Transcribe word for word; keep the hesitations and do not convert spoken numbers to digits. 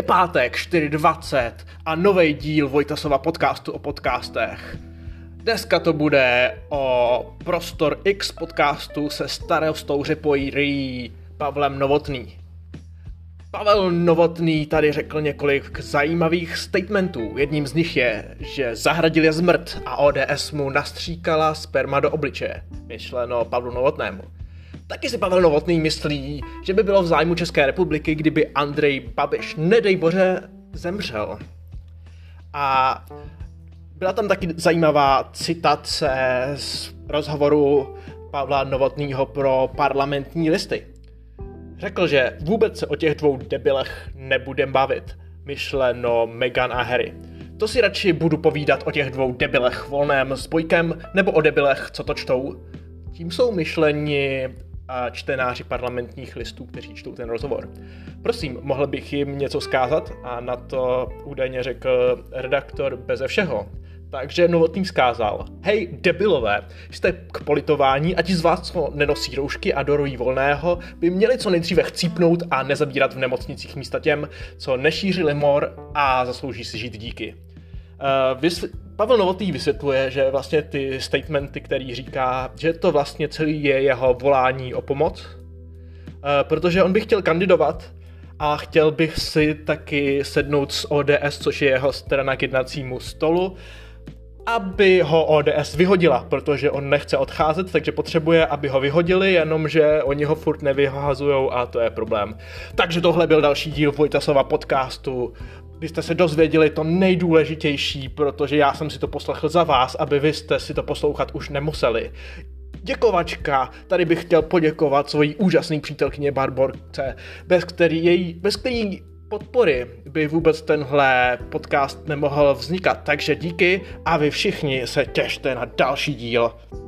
pátek čtyři dvacet a nový díl Vojtasova podcastu o podcastech. Dneska to bude o Prostor X podcastu se starostou Řeporyjí Pavlem Novotný. Pavel Novotný tady řekl několik zajímavých statementů. Jedním z nich je, že Zahradil je zmrt a O D S mu nastříkala sperma do obličeje. Myšleno Pavlu Novotnému. Taky si Pavel Novotný myslí, že by bylo v zájmu České republiky, kdyby Andrej Babiš, nedej bože, zemřel. A byla tam taky zajímavá citace z rozhovoru Pavla Novotnýho pro Parlamentní listy. Řekl, že vůbec se o těch dvou debilech nebudem bavit, myšleno Meghan a Harry. To si radši budu povídat o těch dvou debilech Volném s Bojkem nebo o debilech, co to čtou. Tím jsou myšleni a čtenáři Parlamentních listů, kteří čtou ten rozhovor. Prosím, mohl bych jim něco vzkázat? A na to údajně řekl redaktor beze všeho. Takže Novotný vzkázal: hej, debilové, jste k politování a ti z vás, co nenosí roušky a dorojí Volného, by měli co nejdříve chcípnout a nezabírat v nemocnicích místa těm, co nešířili mor a zaslouží si žít díky. Uh, vysv- Pavel Novotný vysvětluje, že vlastně ty statementy, který říká, že to vlastně celý je jeho volání o pomoc, uh, protože on by chtěl kandidovat a chtěl bych si taky sednout s O D S, což je jeho strana k jednacímu stolu, aby ho O D S vyhodila, protože on nechce odcházet, takže potřebuje, aby ho vyhodili, jenomže oni ho furt nevyhazujou a to je problém. Takže tohle byl další díl Vojtasova podcastu. Vy jste se dozvěděli to nejdůležitější, protože já jsem si to poslechl za vás, aby vy jste si to poslouchat už nemuseli. Děkovačka, tady bych chtěl poděkovat svojí úžasný přítelkyně Barborce, bez který, její, bez který podpory by vůbec tenhle podcast nemohl vznikat. Takže díky a vy všichni se těšte na další díl.